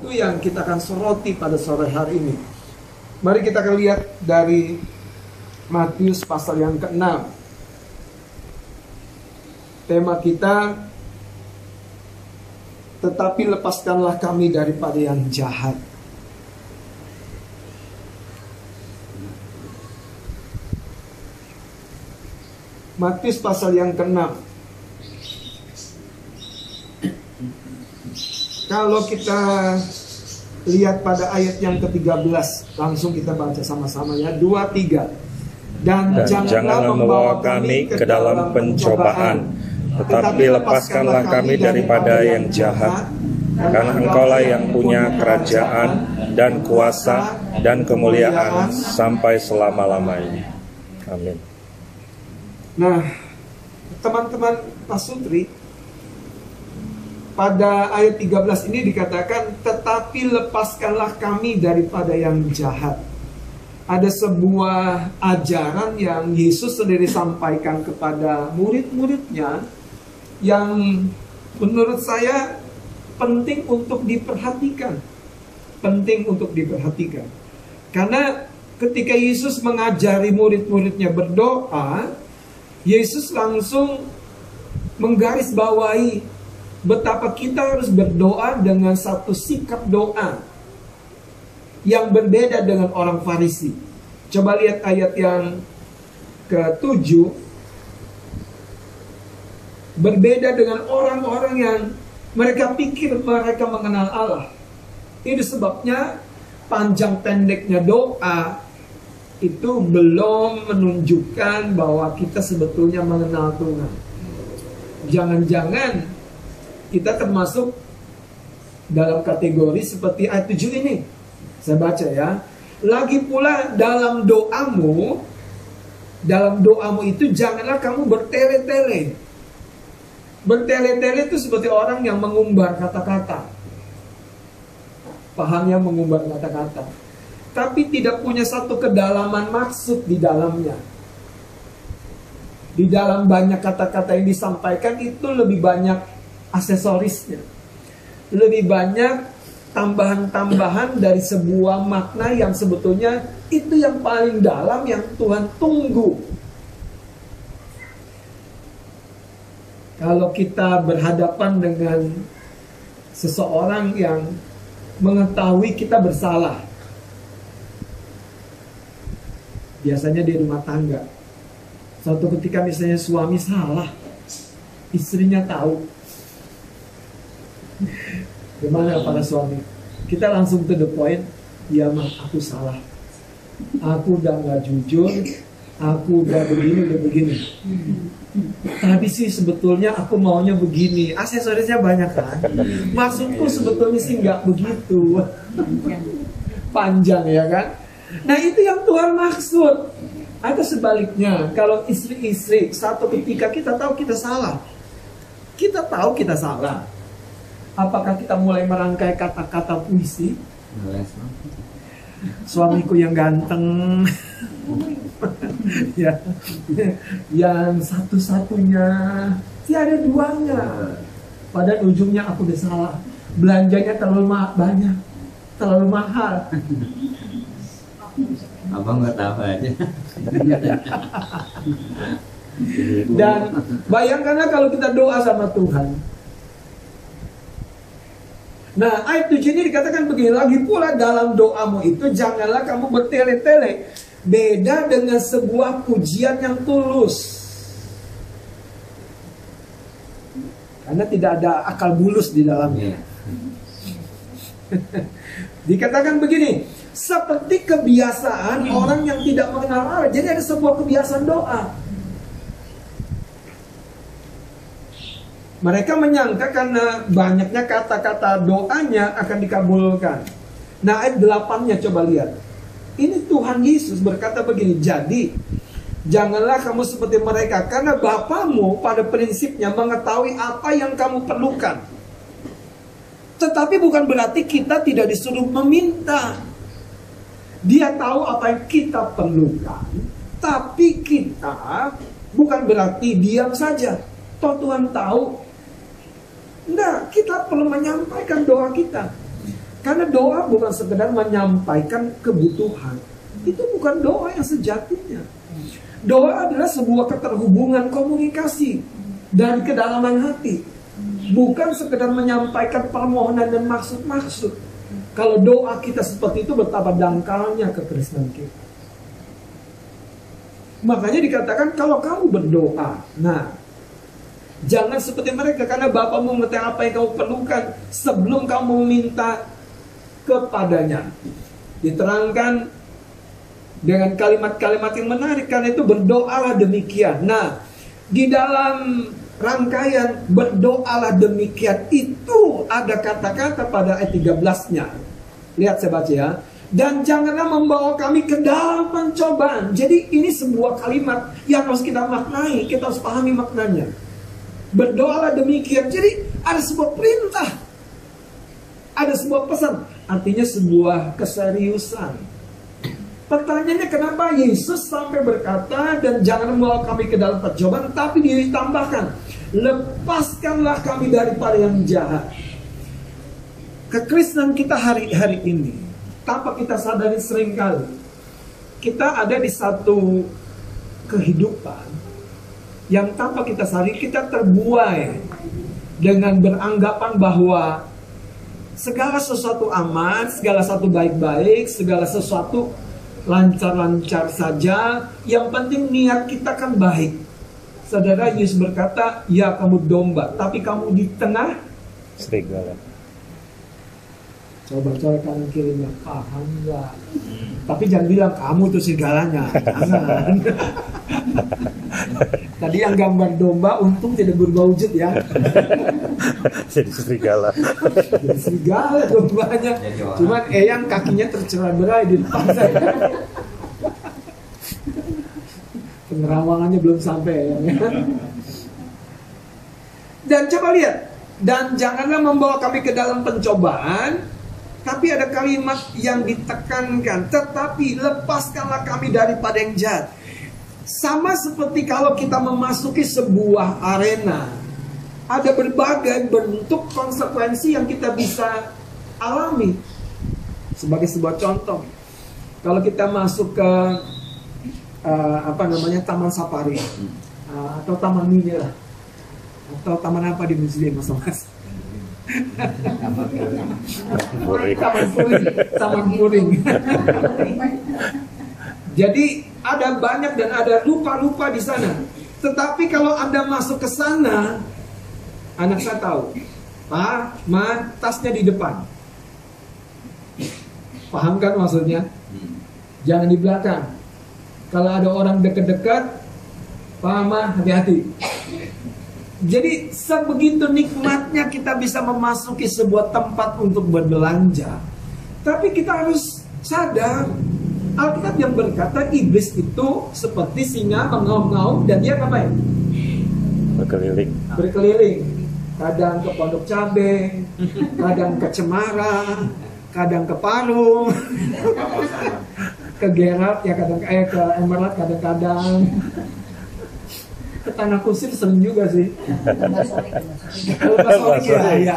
Itu yang kita akan soroti pada sore hari ini. Mari kita akan lihat dari Matius pasal yang ke-6. Tema kita, tetapi lepaskanlah kami daripada yang jahat. Matius pasal yang ke-6. Kalau kita lihat pada ayat yang ke-13, langsung kita baca sama-sama ya. 2, 3. Dan janganlah membawa kami ke dalam pencobaan, tetapi lepaskanlah kami daripada yang jahat. Karena Engkaulah yang punya kerajaan dan kuasa dan kemuliaan sampai selama-lamanya. Amin. Nah, teman-teman pasutri, pada ayat 13 ini dikatakan, tetapi lepaskanlah kami daripada yang jahat. Ada sebuah ajaran yang Yesus sendiri sampaikan kepada murid-muridnya, yang menurut saya penting untuk diperhatikan. Penting untuk diperhatikan. Karena ketika Yesus mengajari murid-muridnya berdoa, Yesus langsung menggarisbawahi betapa kita harus berdoa dengan satu sikap doa yang berbeda dengan orang Farisi. Coba lihat ayat yang ke-7. Berbeda dengan orang-orang yang mereka pikir mereka mengenal Allah. Itu sebabnya panjang pendeknya doa itu belum menunjukkan bahwa kita sebetulnya mengenal Tuhan. Jangan-jangan kita termasuk dalam kategori seperti ayat 7 ini. Saya baca ya. Lagi pula dalam doamu itu janganlah kamu bertele-tele. Bertele-tele itu seperti orang yang mengumbar kata-kata. Pahamnya mengumbar kata-kata, tapi tidak punya satu kedalaman maksud di dalamnya. Di dalam banyak kata-kata yang disampaikan itu lebih banyak aksesorisnya. Lebih banyak tambahan-tambahan dari sebuah makna yang sebetulnya itu yang paling dalam yang Tuhan tunggu. Kalau kita berhadapan dengan seseorang yang mengetahui kita bersalah, biasanya di rumah tangga, suatu ketika misalnya suami salah, istrinya tahu. Gimana para suami? Kita langsung to the point. Ya mah, aku salah. Aku udah gak jujur. Aku udah begini. Tapi sih sebetulnya aku maunya begini. Aksesorisnya banyak kan. Maksudku sebetulnya sih gak begitu. Panjang ya kan. Nah itu yang Tuhan maksud. Atau sebaliknya, kalau istri-istri satu ketika kita tahu kita salah, kita tahu kita salah, apakah kita mulai merangkai kata-kata puisi? Suamiku yang ganteng, ya, yang satu-satunya, tiada duanya. Pada ujungnya aku udah salah, belanjanya terlalu banyak, terlalu mahal. Abang nggak tahu aja. Dan bayangkanlah kalau kita doa sama Tuhan. Nah ayat 7 ini dikatakan begini, lagi pula dalam doamu itu janganlah kamu bertele-tele. Beda dengan sebuah pujian yang tulus. Karena tidak ada akal bulus di dalamnya. Dikatakan begini, seperti kebiasaan orang yang tidak mengenal Allah. Jadi ada sebuah kebiasaan doa. Mereka menyangka karena banyaknya kata-kata doanya akan dikabulkan. Nah ayat 8-nya coba lihat. Ini Tuhan Yesus berkata begini, jadi janganlah kamu seperti mereka, karena Bapamu pada prinsipnya mengetahui apa yang kamu perlukan. Tetapi bukan berarti kita tidak disuruh meminta. Dia tahu apa yang kita perlukan, tapi kita bukan berarti diam saja. Toh Tuhan tahu. Enggak, kita perlu menyampaikan doa kita. Karena doa bukan sekedar menyampaikan kebutuhan. Itu bukan doa yang sejatinya. Doa adalah sebuah keterhubungan komunikasi dari kedalaman hati. Bukan sekedar menyampaikan permohonan dan maksud-maksud. Kalau doa kita seperti itu, betapa dangkalnya kekristenan kita. Makanya dikatakan kalau kamu berdoa, nah, jangan seperti mereka, karena Bapamu mengetahui apa yang kamu perlukan sebelum kamu meminta kepadanya. Diterangkan dengan kalimat-kalimat yang menarik, karena itu berdoalah demikian. Nah, di dalam rangkaian berdoalah demikian itu ada kata-kata pada ayat 13-nya. Lihat saya baca ya. Dan janganlah membawa kami ke dalam pencobaan. Jadi ini sebuah kalimat yang harus kita maknai, kita harus pahami maknanya. Berdoalah demikian. Jadi ada sebuah perintah, ada sebuah pesan, artinya sebuah keseriusan. Pertanyaannya, kenapa Yesus sampai berkata dan jangan membawa kami ke dalam pencobaan, tapi ditambahkan, lepaskanlah kami daripada yang jahat. Kekristenan kita hari-hari ini, tanpa kita sadari seringkali, kita ada di satu kehidupan yang tanpa kita sadari kita terbuai dengan beranggapan bahwa segala sesuatu aman, segala sesuatu baik-baik, segala sesuatu lancar-lancar saja. Yang penting niat kita kan baik. Saudara, Yesus berkata, ya kamu domba, tapi kamu di tengah serigala. Coba kanan kirinya, paham nggak? Tapi jangan bilang kamu tuh serigalanya, jangan. Tadi yang gambar domba untung tidak berubah wujud ya. Jadi serigala. Jadi serigala dombanya. Cuman eyang kakinya tercerai-berai di depan saya. Penerawangannya belum sampai ya. Dan coba lihat, dan janganlah membawa kami ke dalam pencobaan. Tapi ada kalimat yang ditekankan, tetapi lepaskanlah kami daripada yang jahat. Sama seperti kalau kita memasuki sebuah arena, ada berbagai bentuk konsekuensi yang kita bisa alami. Sebagai sebuah contoh, kalau kita masuk ke taman safari atau taman mini lah, atau taman apa di Muslim, mas? Taman puring. Jadi ada banyak dan ada lupa-lupa di sana. Tetapi kalau Anda masuk ke sana, anak saya tahu, Pak, Ma, tasnya di depan. Paham kan maksudnya? Jangan di belakang. Kalau ada orang dekat-dekat, Pak, Ma, hati-hati. Jadi sebegitu nikmatnya kita bisa memasuki sebuah tempat untuk berbelanja. Tapi kita harus sadar, Alkitab yang berkata iblis itu seperti singa mengaum-ngaum dan dia ngapain? Berkeliling. Kadang ke Pondok Cabe, kadang ke Cemara, kadang ke Parung, ke Gerard, ya kadang ke Emerald kadang-kadang. Ke Tanah Kusir sering juga sih. Ya.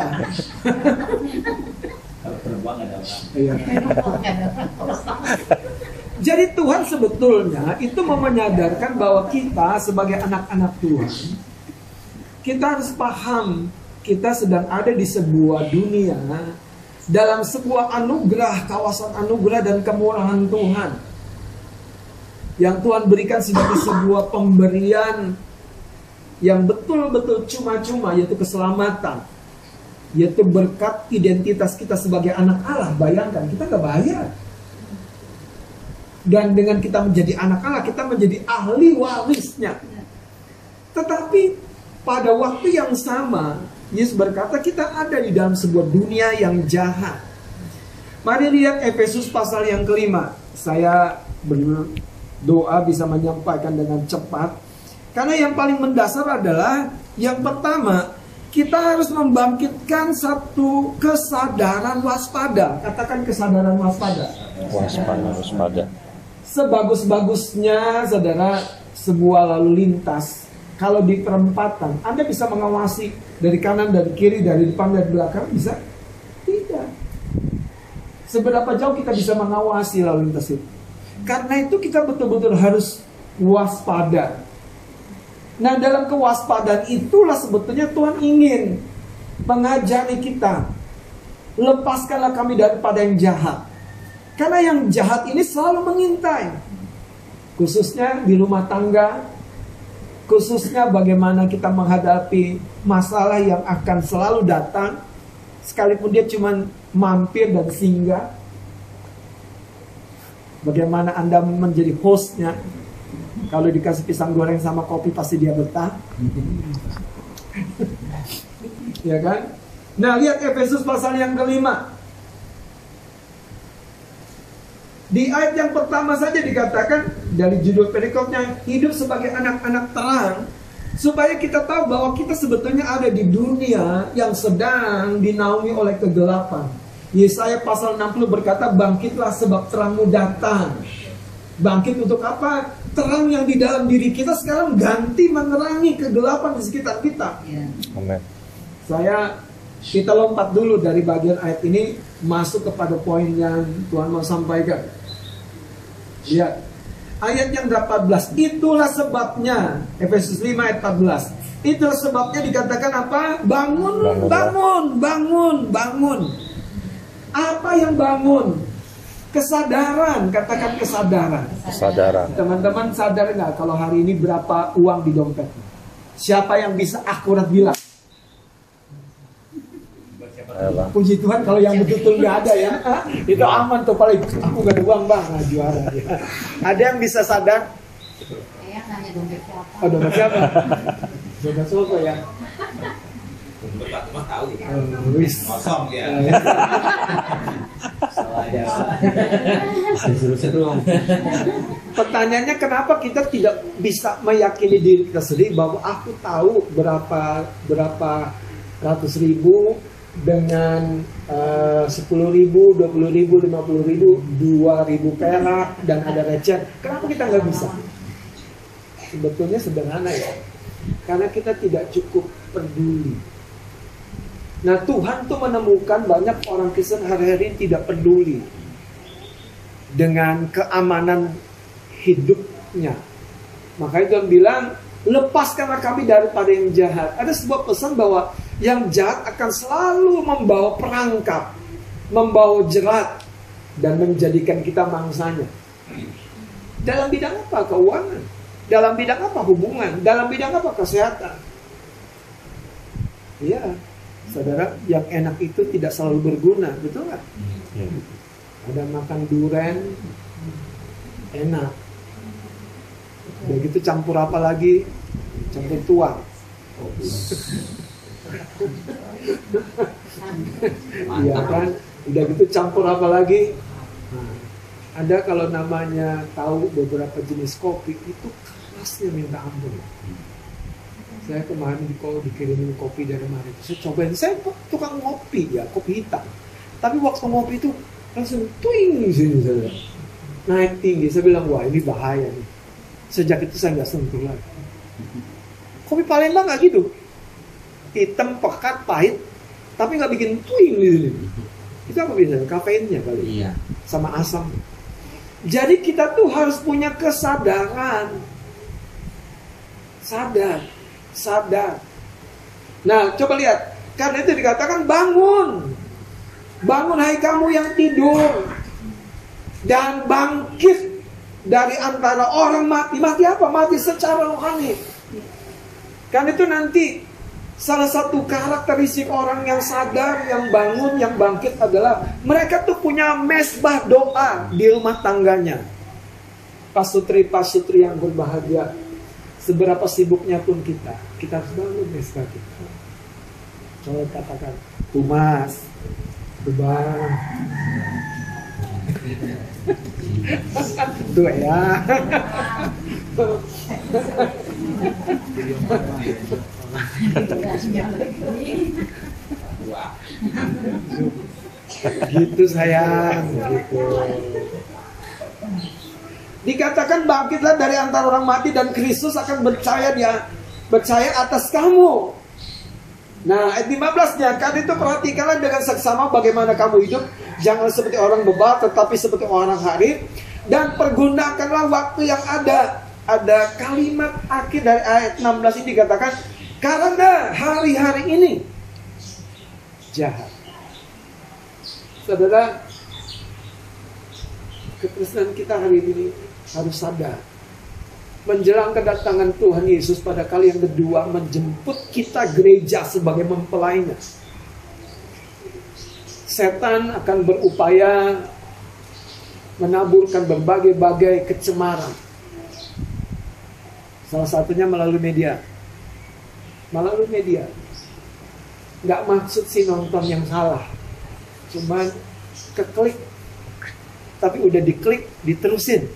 Jadi Tuhan sebetulnya itu mau menyadarkan bahwa kita sebagai anak-anak Tuhan, kita harus paham kita sedang ada di sebuah dunia dalam sebuah anugerah, kawasan anugerah dan kemurahan Tuhan yang Tuhan berikan sebagai sebuah pemberian yang betul-betul cuma-cuma, yaitu keselamatan, yaitu berkat identitas kita sebagai anak Allah. Bayangkan, kita gak bayar. Dan dengan kita menjadi anak Allah, kita menjadi ahli warisnya. Tetapi pada waktu yang sama, Yesus berkata kita ada di dalam sebuah dunia yang jahat. Mari lihat Efesus pasal yang kelima. Saya berdoa bisa menyampaikan dengan cepat. Karena yang paling mendasar adalah yang pertama, kita harus membangkitkan satu kesadaran waspada. Katakan kesadaran waspada. Waspada. Sebagus-bagusnya, saudara, sebuah lalu lintas. Kalau di perempatan, Anda bisa mengawasi dari kanan, dari kiri, dari depan, dari belakang, bisa? Tidak. Seberapa jauh kita bisa mengawasi lalu lintas itu. Karena itu kita betul-betul harus waspada. Nah, dalam kewaspadaan itulah sebetulnya Tuhan ingin mengajari kita. Lepaskanlah kami daripada yang jahat. Karena yang jahat ini selalu mengintai. Khususnya di rumah tangga. Khususnya bagaimana kita menghadapi masalah yang akan selalu datang. Sekalipun dia cuma mampir dan singgah. Bagaimana Anda menjadi hostnya. Kalau dikasih pisang goreng sama kopi pasti dia betah. Ya kan? Nah, lihat Efesus pasal yang kelima. Di ayat yang pertama saja dikatakan dari judul perikopnya, hidup sebagai anak-anak terang, supaya kita tahu bahwa kita sebetulnya ada di dunia yang sedang dinaungi oleh kegelapan. Yesaya pasal 60 berkata, bangkitlah sebab terangmu datang. Bangkit untuk apa? Terang yang di dalam diri kita sekarang ganti menerangi kegelapan di sekitar kita. Amen. Kita lompat dulu dari bagian ayat ini masuk kepada poin yang Tuhan mau sampaikan. Lihat ayat yang 14. Itulah sebabnya, Efesus 5 ayat 14. Itulah sebabnya dikatakan apa? Bangun, bangun, bangun, bangun. Apa yang bangun? Kesadaran, katakan kesadaran. Kesadaran. Teman-teman sadar nggak kalau hari ini berapa uang di dompet? Siapa yang bisa akurat bilang? Puji Tuhan kalau yang betul-betul nggak ada ya, itu aman tuh, paling aku gak ada uang bang, nah, juara. Ada yang bisa sadar? Nanya dompet siapa? Oh, dompet siapa? Dompet siapa ya? Dompet Pak Cuma tahu. Kosong ya. Salah ya. Disuruh Pertanyaannya, kenapa kita tidak bisa meyakini diri kita sendiri bahwa aku tahu berapa ratus ribu dengan 10.000, 20.000, 50.000, 2.000 perak dan ada receh. Kenapa kita nggak bisa? Sebetulnya sederhana ya, karena kita tidak cukup peduli. Nah, Tuhan tuh menemukan banyak orang Kristen hari-hari tidak peduli dengan keamanan hidupnya. Makanya Tuhan bilang, lepaskanlah kami daripada yang jahat. Ada sebuah pesan bahwa yang jahat akan selalu membawa perangkap, membawa jerat, dan menjadikan kita mangsanya. Dalam bidang apa? Keuangan. Dalam bidang apa? Hubungan. Dalam bidang apa? Kesehatan. Iya, saudara, yang enak itu tidak selalu berguna, betul nggak? Ada makan durian, enak. Udah gitu campur apa lagi? Campur tuang. Iya kan? Udah gitu campur apa lagi? Nah, ada kalau namanya tahu beberapa jenis kopi itu kerasnya minta ampun. Saya kemarin kalau dikirimin kopi dari mana, saya cobain. Saya tukang ngopi ya, kopi hitam. Tapi waktu ngopi itu langsung twing sini saya. Naik tinggi. Saya bilang, wah ini bahaya nih. Sejak itu saya nggak sentuh lagi. Kopi Palembang nggak gitu, hitam, pekat, pahit, tapi nggak bikin twing di sini. Itu apa biasanya? Kafeinnya kali. Iya. Sama asam. Jadi kita tuh harus punya kesadaran. Sadar. Nah, coba lihat. Karena itu dikatakan bangun. Bangun hai kamu yang tidur. Dan bangkit dari antara orang mati. Mati apa? Mati secara rohani. Karena itu nanti salah satu karakteristik orang yang sadar, yang bangun, yang bangkit adalah mereka tuh punya mesbah doa di rumah tangganya. Pasutri yang berbahagia, seberapa sibuknya pun kita harus bangun mesbah kita. Coba katakan, Tumas, Tubang. Tuh ya. Gitu sayang, gitu. Dikatakan bangkitlah dari antara orang mati dan Kristus akan percaya atas kamu. Nah, ayat 15-nya, kan itu perhatikanlah dengan seksama bagaimana kamu hidup, Jangan seperti orang bebal, tetapi seperti orang arif. Dan pergunakanlah waktu yang ada. Ada kalimat akhir dari ayat 16 ini dikatakan, karena hari-hari ini jahat. Saudara, kekristenan kita hari ini harus sadar. Menjelang kedatangan Tuhan Yesus pada kali yang kedua, menjemput kita gereja sebagai mempelainya. Setan akan berupaya menaburkan berbagai-bagai kecemaran. Salah satunya melalui media. Melalui media. Nggak maksud sih nonton yang salah. Cuman keklik. Tapi udah diklik, diterusin.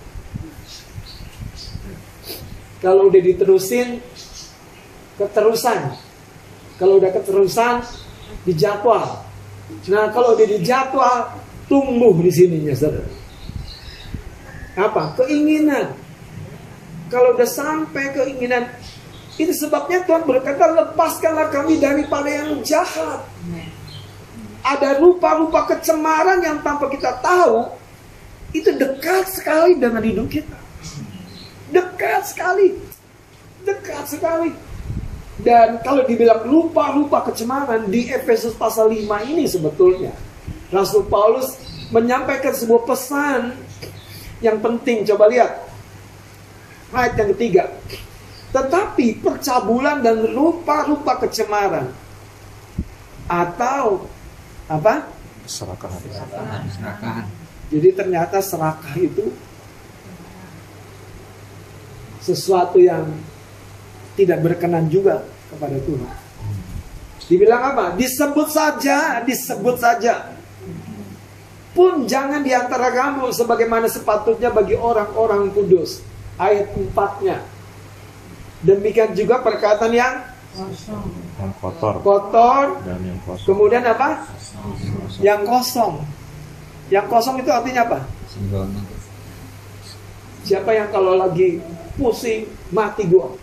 Kalau udah diterusin, keterusan. Kalau udah keterusan, dijadwal. Nah, kalau udah dijadwal, tumbuh di sininya, saudara. Apa? Keinginan. Kalau udah sampai keinginan, itu sebabnya Tuhan berkata, lepaskanlah kami daripada yang jahat. Ada rupa-rupa kecemaran yang tanpa kita tahu, itu dekat sekali dengan hidup kita. Dekat sekali. Dekat sekali. Dan kalau dibilang rupa-rupa kecemaran, di Efesus pasal 5 ini sebetulnya Rasul Paulus menyampaikan sebuah pesan yang penting. Coba lihat ayat yang ketiga. Tetapi percabulan dan rupa-rupa kecemaran atau apa? Serakahan. Jadi ternyata serakah itu sesuatu yang tidak berkenan juga kepada Tuhan. Dibilang apa? Disebut saja. Pun jangan di antara kamu sebagaimana sepatutnya bagi orang-orang kudus. Ayat 4-nya. Demikian juga perkataan yang kotor dan yang kosong. Kemudian apa? Yang kosong. Yang kosong itu artinya apa? Siapa yang kalau lagi pusing mati gua?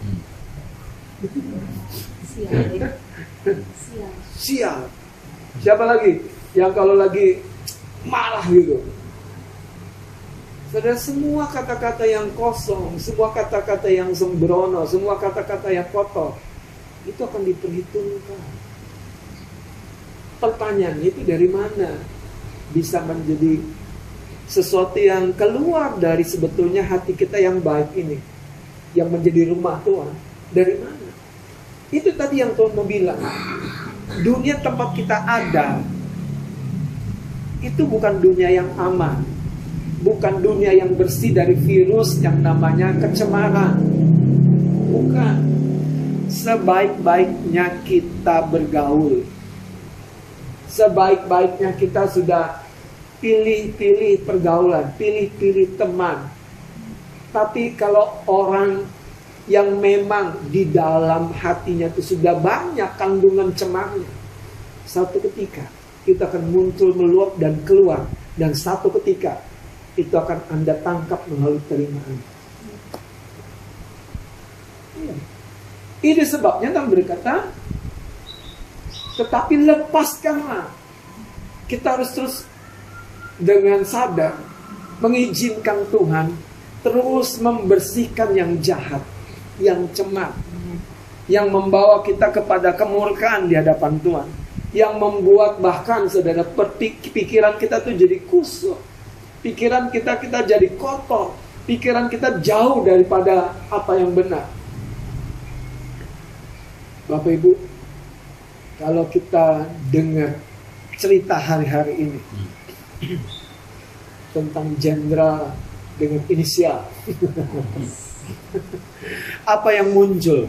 Sial. Siapa lagi yang kalau lagi marah gitu? Saudara, semua kata-kata yang kosong, semua kata-kata yang sembrono, semua kata-kata yang kotor, itu akan diperhitungkan. Pertanyaannya itu dari mana bisa menjadi sesuatu yang keluar dari sebetulnya hati kita yang baik ini, yang menjadi rumah Tuhan? Dari mana? Itu tadi yang Tuhan mau bilang. Dunia tempat kita ada itu bukan dunia yang aman, bukan dunia yang bersih dari virus yang namanya kecemaran. Bukan. Sebaik-baiknya kita bergaul, sebaik-baiknya kita sudah pilih-pilih pergaulan, pilih-pilih teman. Tapi kalau orang yang memang di dalam hatinya itu sudah banyak kandungan cemarnya, satu ketika itu akan muncul, meluap dan keluar. Dan satu ketika itu akan Anda tangkap melalui telinganya. Ini sebabnya Tuhan berkata, tetapi lepaskanlah. Kita harus terus dengan sadar mengizinkan Tuhan terus membersihkan yang jahat, yang cemar, yang membawa kita kepada kemurkaan di hadapan Tuhan, yang membuat bahkan saudara pikiran kita tuh jadi kusut, pikiran kita jadi kotor, pikiran kita jauh daripada apa yang benar. Bapak Ibu, kalau kita dengar cerita hari-hari ini tentang jenderal dengan inisial, apa yang muncul?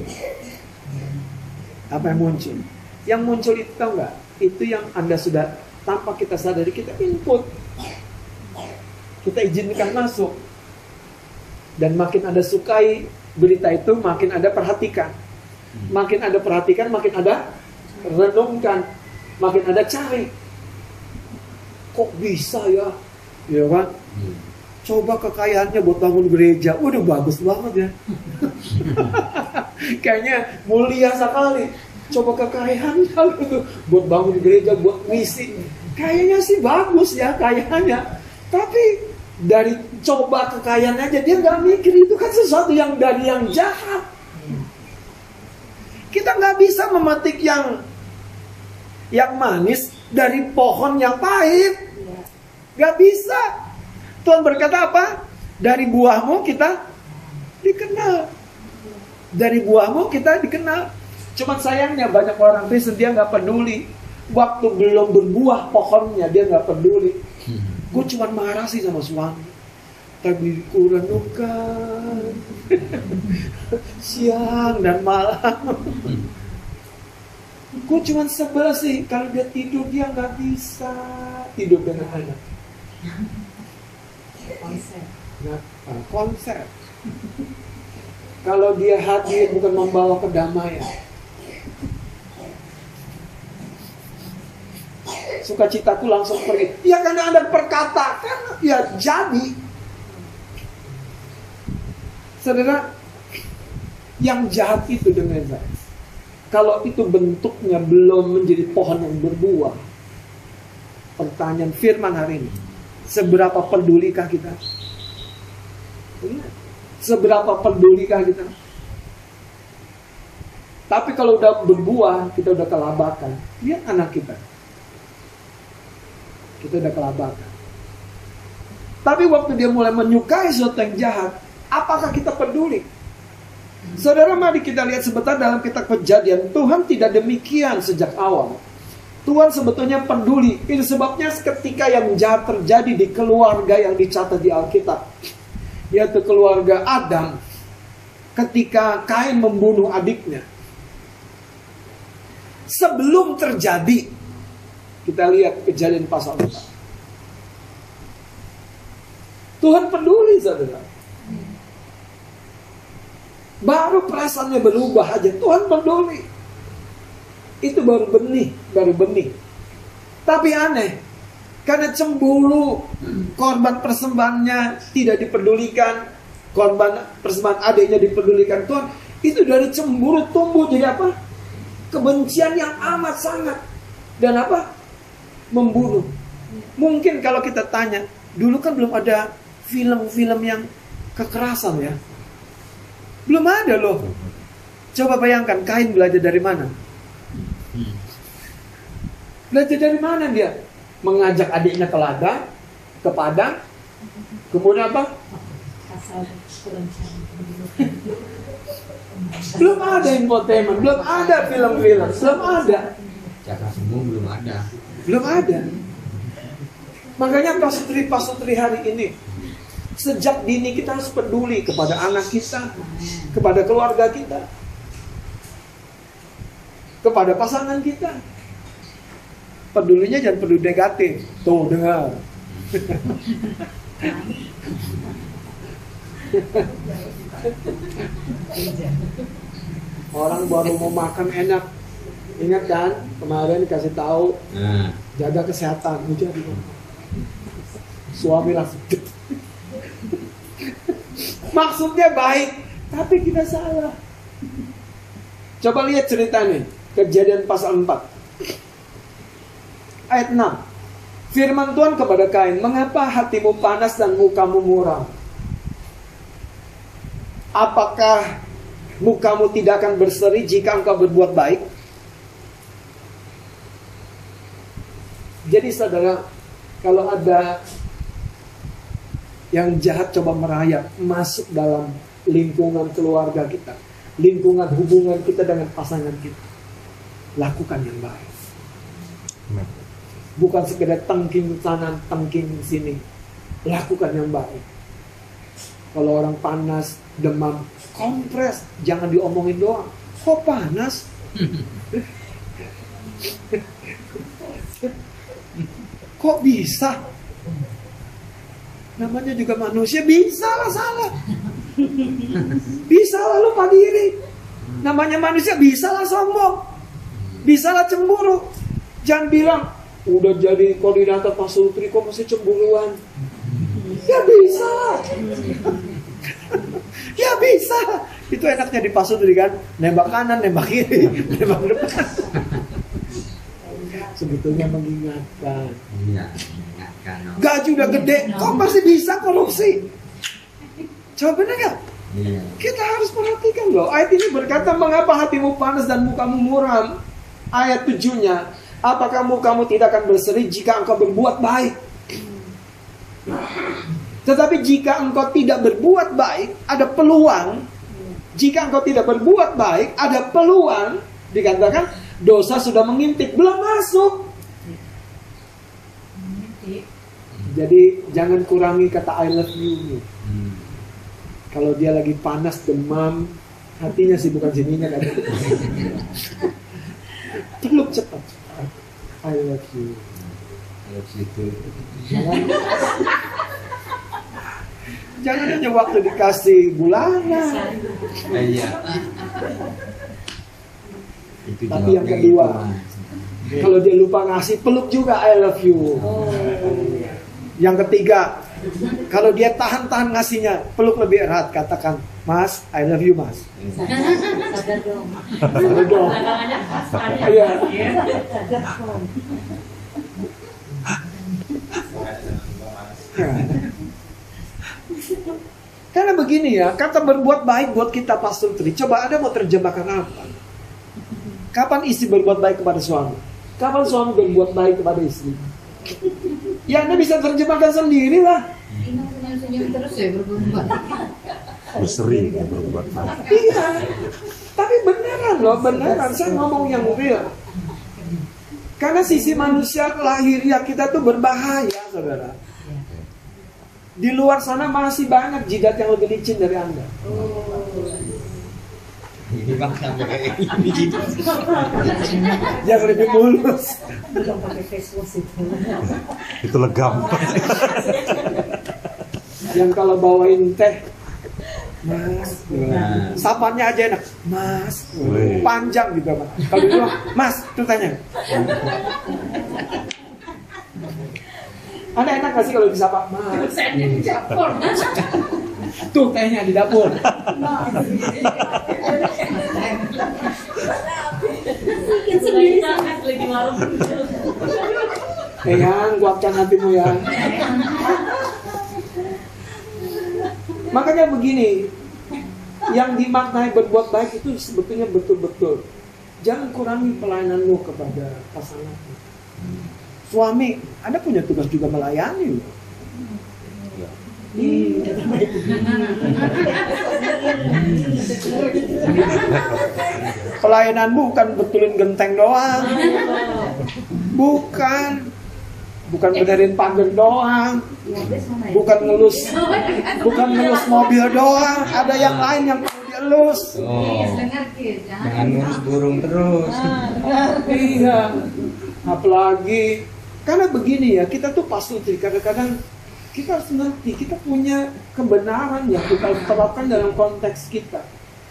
Apa yang muncul? Yang muncul itu tahu nggak? Itu yang Anda sudah tanpa kita sadari, kita input, kita izinkan masuk. Dan makin Anda sukai berita itu, makin Anda perhatikan. Makin Anda perhatikan, makin Anda renungkan, makin Anda cari. Kok bisa ya? Ya kan? Coba kekayaannya buat bangun gereja, udah bagus banget ya. Kayaknya mulia sekali. Coba kekayaannya gitu buat bangun gereja, buat misi. kayaknya sih bagus ya kayaknya, tapi dari coba kekayaan aja dia nggak mikir itu kan sesuatu yang dari yang jahat. Kita nggak bisa memetik yang manis dari pohon yang pahit, nggak bisa. Tuhan berkata apa? Dari buahmu kita dikenal. Dari buahmu kita dikenal. Cuman sayangnya banyak orang Kristen dia nggak peduli. Waktu belum berbuah pohonnya dia nggak peduli. Gue cuma marah sih sama suami, tapi ku renungkan siang dan malam. Gue cuma sebel sih kalau dia tidur dia nggak bisa tidur dengan anak. Konsep. Kalau dia hadir bukan membawa kedamaian. Sukacitaku langsung pergi. Ya karena Anda perkatakan, ya jadi. Saudara, yang jahat itu dengan saya. Kalau itu bentuknya belum menjadi pohon yang berbuah. Pertanyaan firman hari ini. Seberapa pedulikah kita? Seberapa pedulikah kita? Tapi kalau udah berbuah, kita udah kelabakan. Lihat anak kita. Kita udah kelabakan. Tapi waktu dia mulai menyukai sesuatu yang jahat, apakah kita peduli? Saudara, mari kita lihat sebentar dalam kitab Kejadian. Tuhan tidak demikian sejak awal. Tuhan sebetulnya peduli. Itu sebabnya ketika yang jahat terjadi di keluarga yang dicatat di Alkitab, yaitu keluarga Adam, ketika Kain membunuh adiknya. Sebelum terjadi, kita lihat Kejadian pasal 4. Tuhan peduli, saudara. Baru perasaannya berubah aja, Tuhan peduli. Itu baru benih. Tapi aneh, karena cemburu, korban persembahannya tidak dipedulikan, korban persembahan adiknya dipedulikan Tuhan. Itu dari cemburu tumbuh jadi apa? Kebencian yang amat sangat. Dan apa? Membunuh. Mungkin kalau kita tanya, dulu kan belum ada film-film yang kekerasan ya. Belum ada loh. Coba bayangkan Kain belajar dari mana? Belajar dari mana dia? Mengajak adiknya ke ladang, ke padang. Kemudian apa? Belum ada infotainment, belum ada film-film, belum ada. Cakap semua belum ada. Belum ada. Makanya pasutri hari ini, sejak dini kita harus peduli kepada anak kita, kepada keluarga kita, kepada pasangan kita. Pedulinya jangan peduli negatif. Tuh, dengar. Orang baru mau makan enak. Ingat kan kemarin kasih tahu jaga kesehatan. Suami langsung maksudnya baik, tapi kita salah. Coba lihat ceritanya Kejadian pasal 4 ayat 6. Firman Tuhan kepada Kain, mengapa hatimu panas dan mukamu muram? Apakah mukamu tidak akan berseri jika engkau berbuat baik? Jadi saudara, kalau ada yang jahat coba merayap masuk dalam lingkungan keluarga kita, lingkungan hubungan kita dengan pasangan kita, lakukan yang baik. Bukan sekedar tengking sana, tengking sini. Lakukan yang baik. Kalau orang panas, demam, kompres, jangan diomongin doang. Kok panas? Kok bisa? Namanya juga manusia, bisa lah salah. Bisa lah lupa diri. Namanya manusia, bisa lah sombong. Bisa lah cemburu. Jangan bilang, udah jadi koordinator pasutri kok masih cemburuan. Ya bisa lah. Ya bisa. Itu enaknya di pasutri kan, nembak kanan, nembak kiri, nembak depan. sebetulnya mengingatkan. Iya, ingatkan. Gaji udah gede, kok masih bisa korupsi? Coba bener gak? Iya. Kita harus perhatikan loh. Ayat ini berkata, mengapa hatimu panas dan mukamu muram? Ayat 7-nya, apakah mukamu tidak akan berseri jika engkau berbuat baik? Tetapi jika engkau tidak berbuat baik, ada peluang. Jika engkau tidak berbuat baik, ada peluang. Dikatakan, dosa sudah mengintip, belum masuk. Jadi jangan kurangi kata I love you. Kalau dia lagi panas, demam, hatinya sih bukan sininya kan. Peluk cepat. I love you. Kalau situ. Jangan hanya waktu dikasih bulanan. Iya. Itu Tapi yang jawabnya kedua, gitu, kalau dia lupa ngasih, peluk juga I love you. Yang ketiga, kalau dia tahan-tahan ngasihnya, peluk lebih erat, katakan, Mas, I love you, Mas. Sadar dong. Sadar dong. Iya. Karena begini ya, kata berbuat baik buat kita Pastor Tri. Coba Anda mau terjemahkan apa? Kapan istri berbuat baik kepada suami? Kapan suami berbuat baik kepada istri? Ya Anda bisa terjemahkan sendiri lah. Ini senyum-senyum terus ya berbuat. Berseri berbuat baik. Iya. Tapi beneran loh, beneran. Saya ngomong yang real. Karena sisi manusia lahiriah kita tuh berbahaya, saudara. Di luar sana masih banyak jidat yang lebih licin dari Anda. Ini bang sampai kayak ini. Yang lebih mulus. Belum pakai face wash itu. Itu legam. Yang kalau bawain teh, Mas, sapanya aja enak, Mas, Wih. panjang juga Mas. Kalau dulu, Mas, tuh tanya. Anda enak gak sih kalau disapa, Mas? Tuh tehnya di dapur. Eyang, kuatkan hatimu ya. Makanya begini, yang dimaknai berbuat baik itu sebetulnya betul-betul. Jangan kurangi pelayananmu kepada pasanganmu. Suami, Anda punya tugas juga melayani. Pelayananmu bukan betulin genteng doang. Bukan benerin pagar doang. Bukan ngelus mobil doang. Ada yang lain yang perlu dielus. Oh, jangan ngurus burung terus. Iya. Apalagi karena begini ya, kita tuh pasti kadang-kadang kita harus ngerti, kita punya kebenaran yang kita terapkan dalam konteks kita.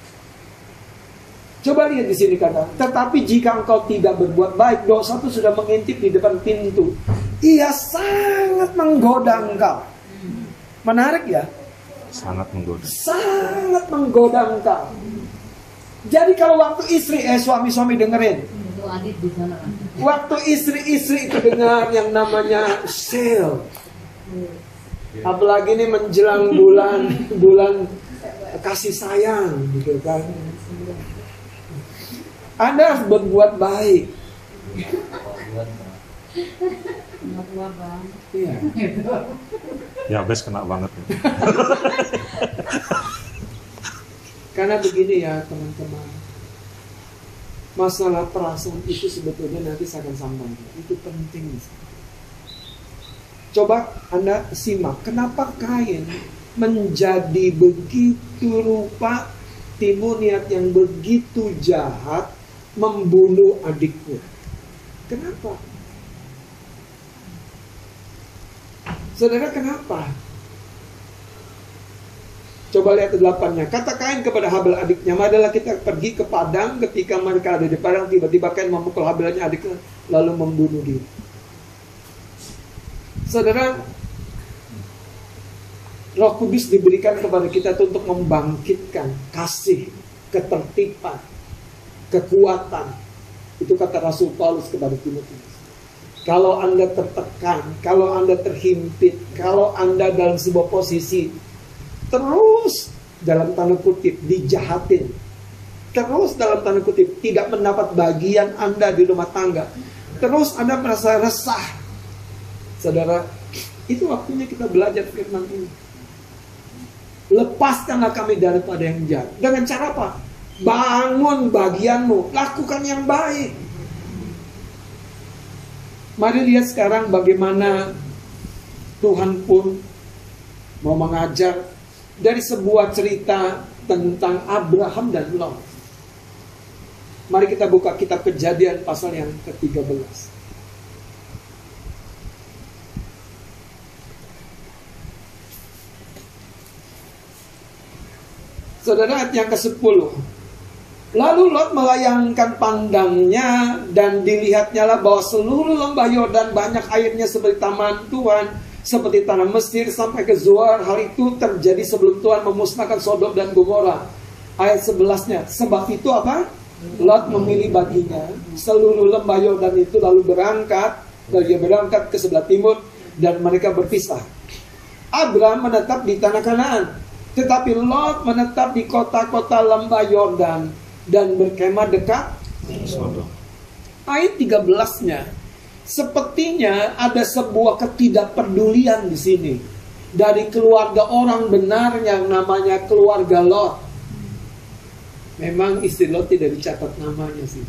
Coba lihat di sini kata, tetapi jika engkau tidak berbuat baik, dosa itu sudah mengintip di depan pintu. Ia sangat menggoda engkau. Menarik ya? Sangat menggoda. Sangat menggoda engkau. Jadi kalau waktu suami-suami dengerin, Itu Adit di sana. waktu istri-istri itu dengar yang namanya sale, apalagi ini menjelang bulan kasih sayang, gitu kan. Anda harus berbuat baik. Nggak tua bang. Iya. Ya bes kena banget. Karena begini ya teman-teman, masalah perasaan itu sebetulnya nanti saya akan sampaikan. Itu penting. Coba Anda simak, kenapa Kain menjadi begitu rupa, timbul niat yang begitu jahat membunuh adiknya. Kenapa? Saudara, kenapa? Coba lihat 8-nya. Kata Kain kepada Habel adiknya, marilah kita pergi ke padang. Ketika mereka ada di padang, tiba-tiba Kain memukul Habelnya adiknya, lalu membunuh diri. Saudara, Roh Kudus diberikan kepada kita untuk membangkitkan kasih, ketertiban, kekuatan. Itu kata Rasul Paulus kepada Timotius. Kalau Anda tertekan, kalau Anda terhimpit, kalau Anda dalam sebuah posisi terus dalam tanda kutip dijahatin, terus dalam tanda kutip tidak mendapat bagian Anda di rumah tangga, terus Anda merasa resah, saudara, itu waktunya kita belajar firman ini. Lepaskanlah kami daripada yang jahat. Dengan cara apa? Bangun bagianmu, lakukan yang baik. Mari lihat sekarang bagaimana Tuhan pun mau mengajar dari sebuah cerita tentang Abraham dan Lot. Mari kita buka kitab Kejadian pasal yang ke-13. Saudara, ayat yang ke-10. Lalu Lot melayangkan pandangnya dan dilihatnya lah bahwa seluruh lembah Yordan banyak airnya seperti taman Tuhan, seperti tanah Mesir sampai ke Zoar. Hal itu terjadi sebelum Tuhan memusnahkan Sodom dan Gomora. Ayat 11-nya. Sebab itu apa? Lot memilih baginya seluruh lembah Yordan itu, lalu berangkat. Lalu dia berangkat ke sebelah timur dan mereka berpisah. Abraham menetap di tanah Kanaan, tetapi Lot menetap di kota-kota lembah Yordan dan berkemah dekat Sodom. Ayat 13-nya, sepertinya ada sebuah ketidakpedulian di sini dari keluarga orang benar yang namanya keluarga Lot. Memang istri Lot tidak dicatat namanya sih.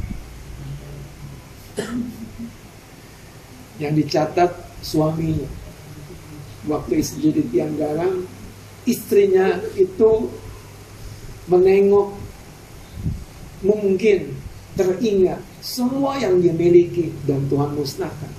Yang dicatat suaminya. Waktu istri jadi tiang garam, istrinya itu menengok, mungkin teringat semua yang dia miliki dan Tuhan musnahkan.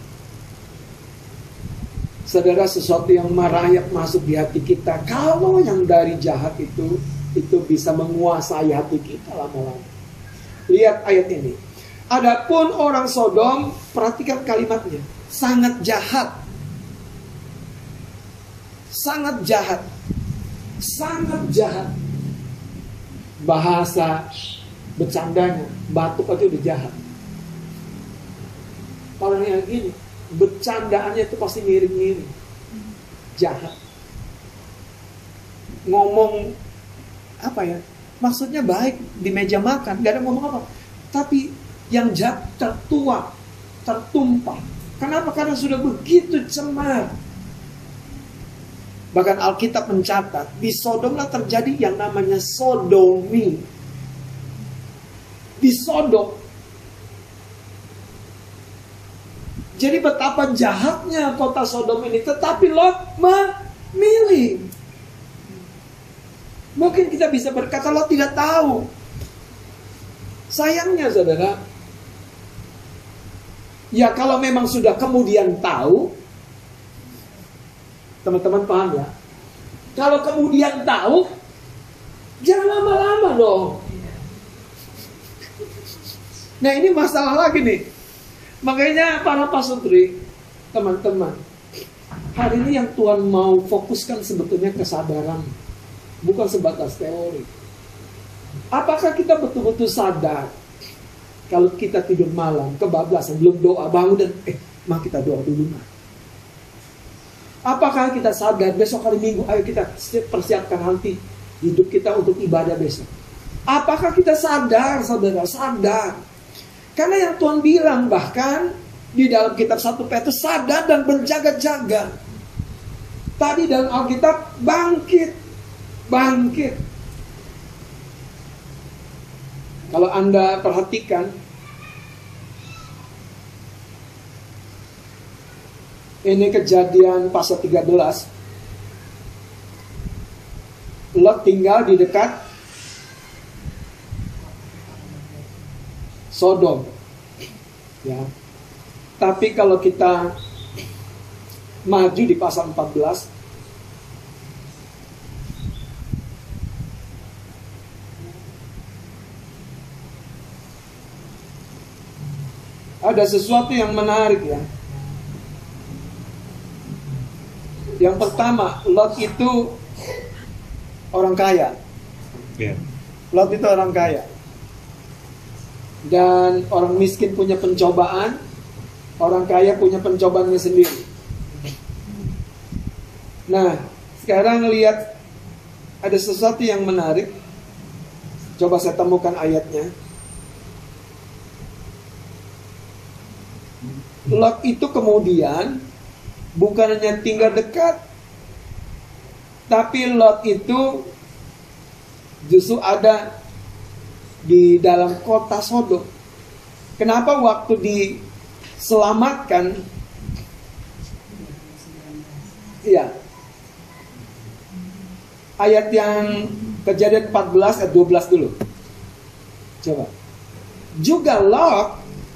Saudara, sesuatu yang merayap masuk di hati kita, kalau yang dari jahat itu bisa menguasai hati kita lama-lama. Lihat ayat ini. Adapun orang Sodom, perhatikan kalimatnya, sangat jahat. Sangat jahat. Sangat jahat. Bahasa bercandanya, batuk aja udah jahat. Orang yang gini, bercandaannya itu pasti miring-miring, jahat. Ngomong apa ya? Maksudnya baik di meja makan, gak ada ngomong apa. Tapi yang jahat tertuang, tertumpah. Kenapa? Karena sudah begitu cemar. Bahkan Alkitab mencatat di Sodomlah terjadi yang namanya sodomi. Di Sodom. Jadi betapa jahatnya kota Sodom ini, tetapi Lot memilih. Mungkin kita bisa berkata Lot tidak tahu. Sayangnya saudara, ya kalau memang sudah kemudian tahu, teman-teman paham ya? Kalau kemudian tahu, jangan lama-lama dong. Nah ini masalah lagi nih. Makanya para pasutri, teman-teman, hari ini yang Tuhan mau fokuskan sebetulnya kesadaran, bukan sebatas teori. Apakah kita betul-betul sadar kalau kita tidur malam, kebablasan, belum doa, bangun dan kita doa dulu mah. Apakah kita sadar besok hari Minggu, ayo kita persiapkan hati hidup kita untuk ibadah besok. Apakah kita sadar, saudara, sadar? Karena yang Tuhan bilang bahkan di dalam kitab 1 Petrus, sadar dan berjaga-jaga. Tadi dalam Alkitab bangkit. Kalau Anda perhatikan, ini Kejadian pasal 13. Lot tinggal di dekat Sodom, ya. Tapi kalau kita maju di pasal 14, ada sesuatu yang menarik ya. Yang pertama, Lot itu orang kaya. Yeah. Lot itu orang kaya. Dan orang miskin punya pencobaan, Orang kaya punya pencobaannya sendiri. Nah, sekarang lihat ada sesuatu yang menarik. Coba saya temukan ayatnya. Lot itu kemudian bukan hanya tinggal dekat, tapi Lot itu justru ada di dalam kota Sodom. Kenapa waktu diselamatkan? Iya. Ayat yang Kejadian 14 ayat 12 dulu. Coba. Juga Lot,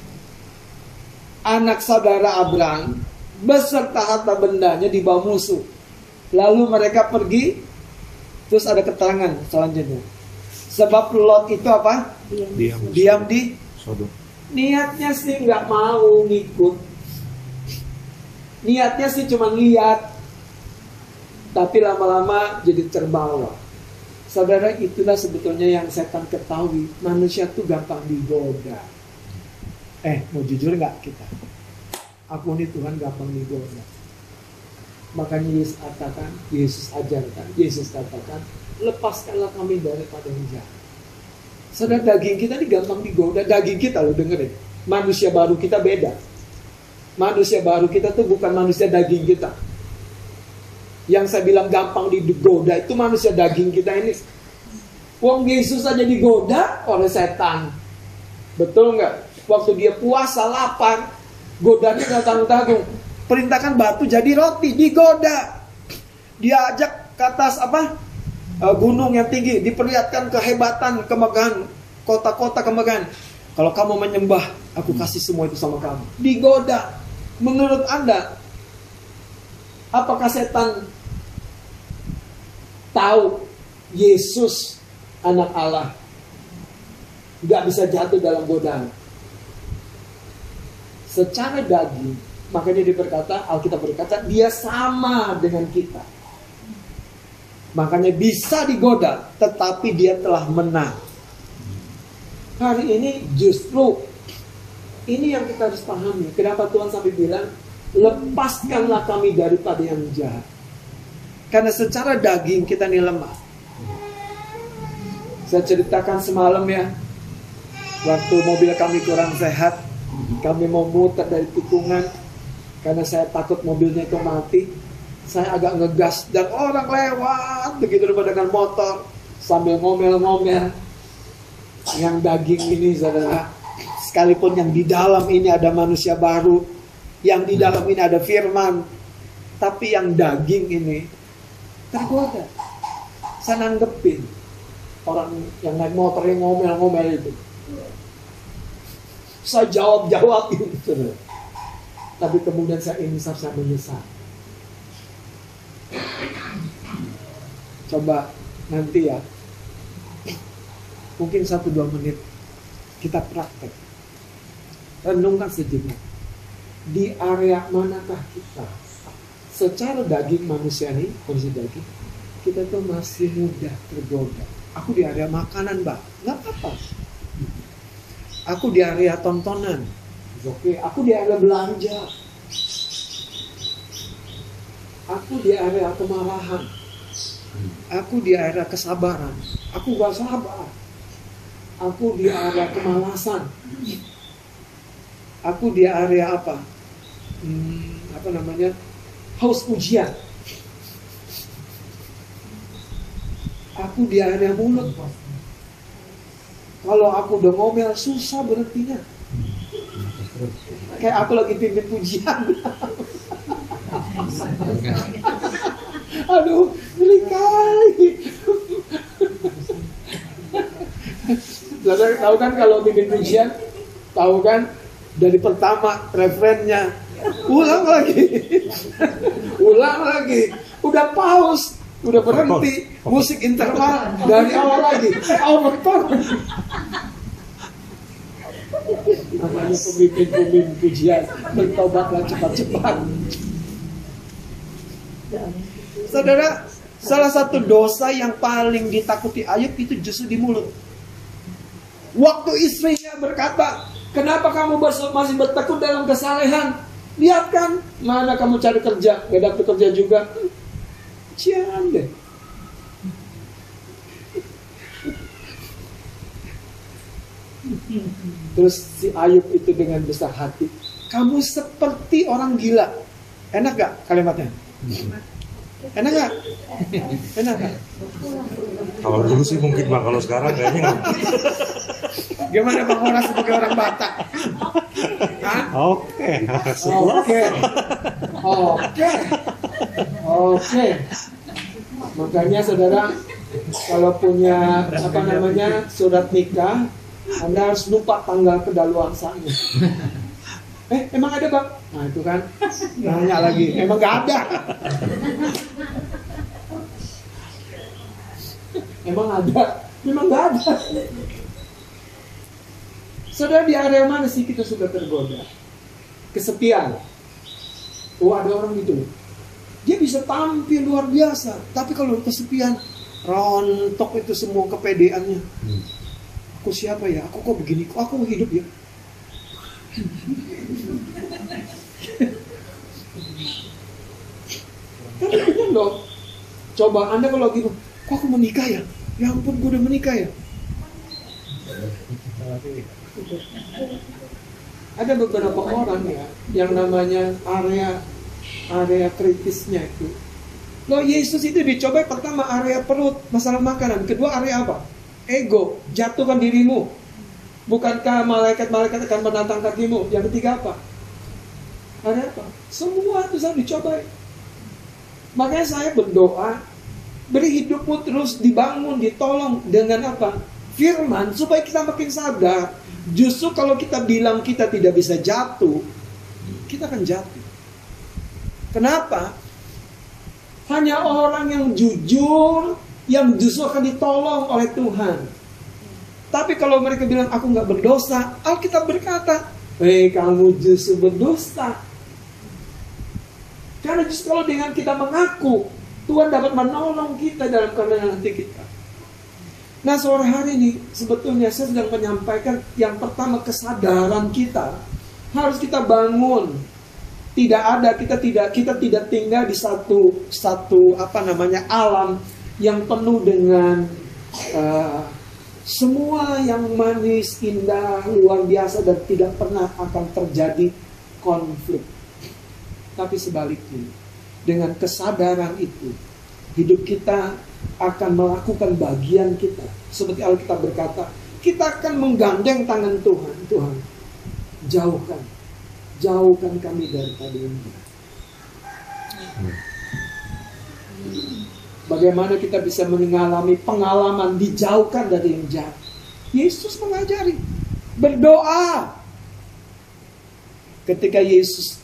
anak saudara Abraham, beserta harta bendanya dibawa musuh. Lalu mereka pergi. Terus ada keterangan selanjutnya. Sebab Lot itu apa? Diam di Sodom. Niatnya sih nggak mau ngikut. Niatnya sih cuma lihat. Tapi lama-lama jadi terbawa. Saudara, itulah sebetulnya yang setan ketahui. Manusia tuh gampang digoda. Mau jujur nggak kita? Aku nih Tuhan gampang digoda. Makanya Yesus ajarkan, Yesus katakan, lepaskanlah kami daripada yang jahat. Saudara, daging kita nih gampang digoda. Daging kita, lo dengerin. Manusia baru kita beda. Manusia baru kita tuh bukan manusia daging kita. Yang saya bilang gampang digoda itu manusia daging kita ini. Wong Yesus aja digoda oleh setan. Betul nggak? Waktu dia puasa lapar, godanya nggak tanggung-tanggung. Perintahkan batu jadi roti, digoda. Dia ajak ke atas gunung yang tinggi, diperlihatkan kehebatan, kemegahan, kota-kota kemegahan. Kalau kamu menyembah, aku kasih semua itu sama kamu. Digoda. Menurut Anda, apakah setan tahu Yesus anak Allah gak bisa jatuh dalam godaan? Secara daging, makanya dia berkata, Alkitab berkata, dia sama dengan kita. Makanya bisa digoda, tetapi dia telah menang. Hari ini justru ini yang kita harus pahami. Kenapa Tuhan sampai bilang, lepaskanlah kami daripada yang jahat. Karena secara daging kita ini lemah. Saya ceritakan semalam ya, waktu mobil kami kurang sehat, kami mau muter dari tikungan, karena saya takut mobilnya itu mati. Saya agak ngegas dan orang lewat begitu dengan motor sambil ngomel-ngomel. Yang daging ini, saudara, sekalipun yang di dalam ini ada manusia baru, yang di dalam ini ada firman, tapi yang daging ini tergoda. Saya nanggepin orang yang naik motor yang ngomel-ngomel itu. Saya jawab-jawabin, saudara. Tapi kemudian saya menyesal. Coba nanti ya, mungkin 1-2 menit kita praktek. Renungkan sejenak. Di area manakah kita secara daging manusia nih, kondisi daging, kita tuh masih mudah tergoda. Aku di area makanan, Mbak, nggak apa-apa. Aku di area tontonan, oke. Aku di area belanja. Aku di area kemarahan. Aku di area kesabaran. Aku gak sabar. Aku di area kemalasan. Aku di area apa? Haus pujian. Aku di area mulut. Kalau aku udah ngomel, susah berhentinya. Kayak aku lagi pimpin pujian. Aduh, geli kali. Tahu kan kalau bikin pujian, tahu kan dari pertama referennya, ulang lagi, udah pause, udah berhenti, musik interval dari awal lagi, betul. Namanya pemimpin pujian, bertobatlah cepat-cepat. Saudara, salah satu dosa yang paling ditakuti Ayub itu justru di mulut. Waktu istrinya berkata, Kenapa kamu masih bertekun dalam kesalehan? Lihat kan, mana kamu cari kerja, gak dapet kerja juga. Cian deh. Terus si Ayub itu dengan besar hati, kamu seperti orang gila. Enak gak kalimatnya? Enak gak? Enak gak? Kalau dulu sih mungkin Bang, kalau sekarang kayaknya nggak. Gimana Bang Horas sebagai orang Batak? Hah? Oke. Oke. Makanya saudara, kalau punya surat nikah, Anda harus lupa tanggal kedaluarsanya. Emang ada Bang? Nah itu kan, nanya lagi, emang gak ada. Emang ada? Memang gak ada. Saudara, di area mana sih kita sudah tergoda? Kesepian. Oh ada orang gitu. Dia bisa tampil luar biasa, tapi kalau kesepian, rontok itu semua kepedeannya. Aku siapa ya? Aku kok begini? Kok aku hidup ya? Tapi benar loh. Coba Anda kalau gitu, kok aku menikah ya? Ya ampun, gue udah menikah ya. Ada beberapa orang ya yang namanya area kritisnya itu. Loh, Yesus itu dicoba pertama area perut, masalah makanan. Kedua area apa? Ego, jatuhkan dirimu. Bukankah malaikat-malaikat akan menantang kakimu? Yang ketiga apa? Area apa? Semua itu saya dicoba. Makanya saya berdoa, beri hidupmu terus dibangun, ditolong dengan apa? Firman, supaya kita makin sadar. Justru kalau kita bilang kita tidak bisa jatuh, kita akan jatuh. Kenapa? Hanya orang yang jujur yang justru akan ditolong oleh Tuhan. Tapi kalau mereka bilang aku nggak berdosa, Alkitab berkata, kamu justru berdosa. Karena justru kalau dengan kita mengaku, Tuhan dapat menolong kita dalam keadaan hati kita. Nah, sore hari ini sebetulnya saya sedang menyampaikan yang pertama, kesadaran kita harus kita bangun. Kita tidak tinggal di satu alam yang penuh dengan semua yang manis, indah, luar biasa dan tidak pernah akan terjadi konflik. Tapi sebaliknya, dengan kesadaran itu, hidup kita akan melakukan bagian kita. Seperti Alkitab berkata, kita akan menggandeng tangan Tuhan. Tuhan, jauhkan kami daripada ini. Bagaimana kita bisa mengalami pengalaman dijauhkan dari yang jahat? Yesus mengajari berdoa. Ketika Yesus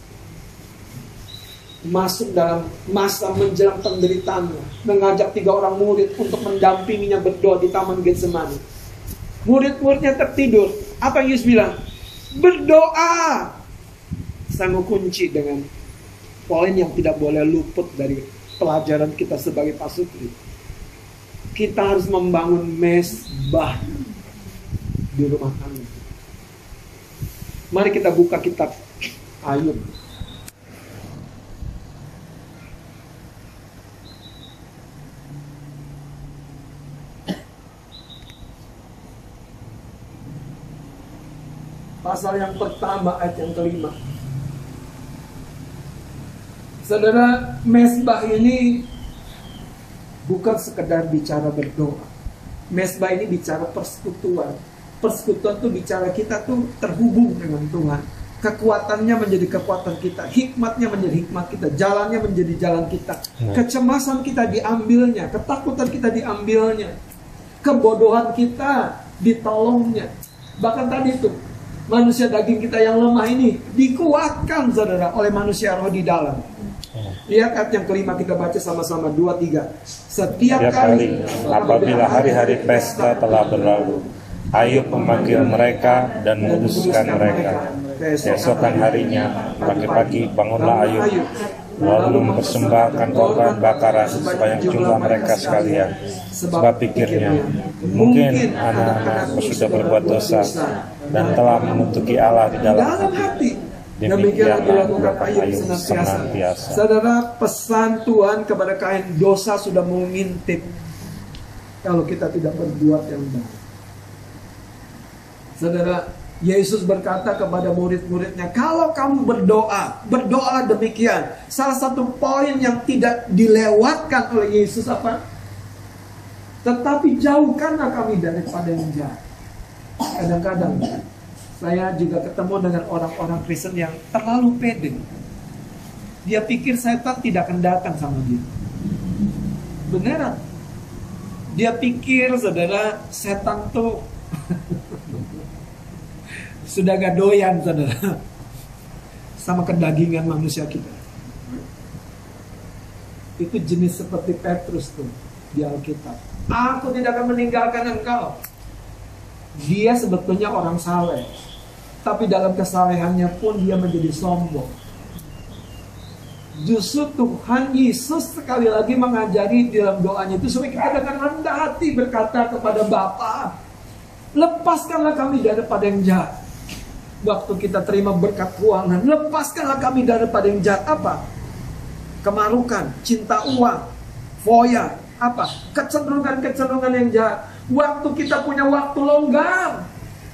masuk dalam masa menjelang penderitaannya, mengajak 3 orang murid untuk mendampinginya berdoa di Taman Getsemani. Murid-muridnya tertidur. Apa yang Yesus bilang? Berdoa. Saya mau kunci dengan poin yang tidak boleh luput dari pelajaran kita sebagai pasutri. Kita harus membangun mezbah di rumah tangga. Mari kita buka kitab Ayub. Pasal yang pertama ayat yang kelima. Saudara, mezbah ini bukan sekedar bicara berdoa. Mezbah ini bicara persekutuan. Persekutuan itu bicara kita tuh terhubung dengan Tuhan. Kekuatannya menjadi kekuatan kita, hikmatnya menjadi hikmat kita, jalannya menjadi jalan kita. Kecemasan kita diambilnya, ketakutan kita diambilnya, kebodohan kita ditolongnya. Bahkan tadi itu manusia daging kita yang lemah ini dikuatkan, saudara, oleh manusia roh di dalam. Lihat ayat yang kelima, kita baca sama-sama 2-3. Setiap kali apabila hari-hari pesta telah berlalu, Ayub memanggil mereka dan memutuskan mereka. Keesokan harinya pagi-pagi bangunlah Ayub lalu mempersembahkan korban bakaran sebanyak jumlah mereka sekalian. Sebab pikirnya, mungkin anak-anakku sudah berbuat dosa dan telah menutupi Allah di dalam hati. Demikianlah dilakukan Ayub senantiasa. Saudara, pesan Tuhan kepada Kain, dosa sudah mengintip kalau kita tidak berbuat yang baik. Saudara, Yesus berkata kepada murid-muridnya, kalau kamu berdoa, berdoalah demikian. Salah satu poin yang tidak dilewatkan oleh Yesus apa? Tetapi jauhkanlah kami daripada yang jahat. Kadang-kadang saya juga ketemu dengan orang-orang Kristen yang terlalu pede. Dia pikir setan tidak akan datang sama dia. Beneran. Dia pikir, saudara, setan tuh sudah gak doyan, saudara, sama kedagingan manusia kita. Itu jenis seperti Petrus tuh di Alkitab. Aku tidak akan meninggalkan engkau. Dia sebetulnya orang saleh, tapi dalam kesalehannya pun dia menjadi sombong. Justru Tuhan Yesus sekali lagi mengajari dalam doanya itu supaya kita dengan rendah hati berkata kepada Bapa, lepaskanlah kami daripada yang jahat. Waktu kita terima berkat keuangan, lepaskanlah kami daripada yang jahat. Apa? Kemalukan, cinta uang, foya, apa? Kecenderungan-kecenderungan yang jahat. Waktu kita punya waktu longgar,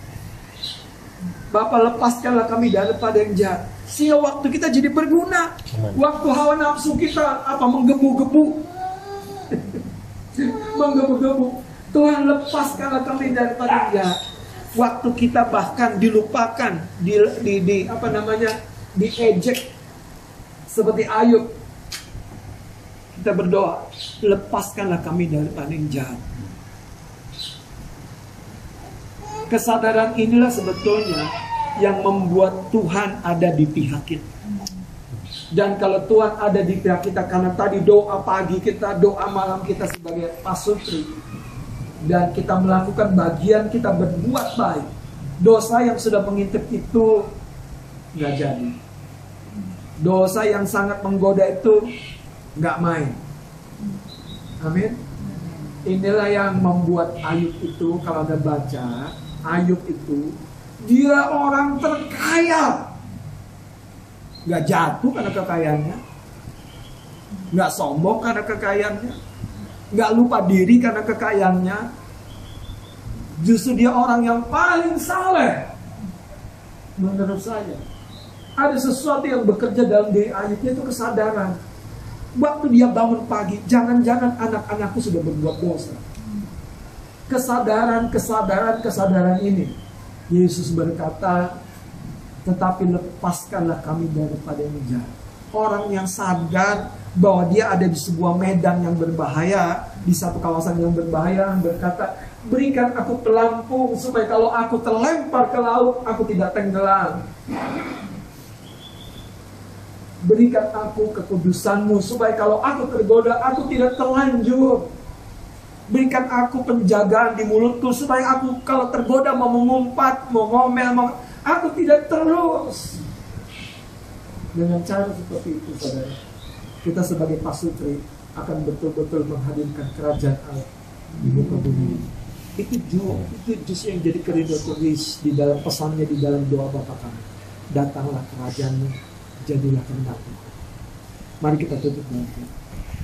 Bapak lepaskanlah kami daripada yang jahat. Sehingga waktu kita jadi berguna. Waktu hawa nafsu kita apa? Menggebu-gebu. Menggebu-gebu. Tuhan lepaskanlah kami daripada yang jahat. Waktu kita bahkan dilupakan, diejek seperti Ayub, kita berdoa, lepaskanlah kami daripada yang jahat. Kesadaran inilah sebetulnya yang membuat Tuhan ada di pihak kita. Dan kalau Tuhan ada di pihak kita, karena tadi doa pagi kita, doa malam kita sebagai pasutri, dan kita melakukan bagian kita berbuat baik, dosa yang sudah mengintip itu nggak jadi. Dosa yang sangat menggoda itu nggak main. Amin. Inilah yang membuat Ayub itu, kalau Anda baca Ayub itu, dia orang terkaya, nggak jatuh karena kekayaannya, nggak sombong karena kekayaannya, nggak lupa diri karena kekayaannya. Justru dia orang yang paling saleh. Menurut saya ada sesuatu yang bekerja dalam diri Ayubnya, itu kesadaran. Waktu dia bangun pagi, jangan-jangan anak-anakku sudah berbuat dosa. Kesadaran ini, Yesus berkata, tetapi lepaskanlah kami daripada yang jahat. Orang yang sadar bahwa dia ada di sebuah medan yang berbahaya, di satu kawasan yang berbahaya, berkata, berikan aku pelampung supaya kalau aku terlempar ke laut, aku tidak tenggelam. Berikan aku kekudusanmu supaya kalau aku tergoda, aku tidak terlanjur. Berikan aku penjagaan di mulutku supaya aku kalau tergoda mau mengumpat, mau ngomel, aku tidak terus. Dengan cara seperti itu, saudara, kita sebagai pasutri akan betul-betul menghadirkan kerajaan Allah di muka bumi. Itu justru yang jadi keridhaan tulis di dalam pesannya, di dalam doa Bapa kami. Datanglah kerajaanmu, jadilah kehendakmu. Mari kita tutup doa.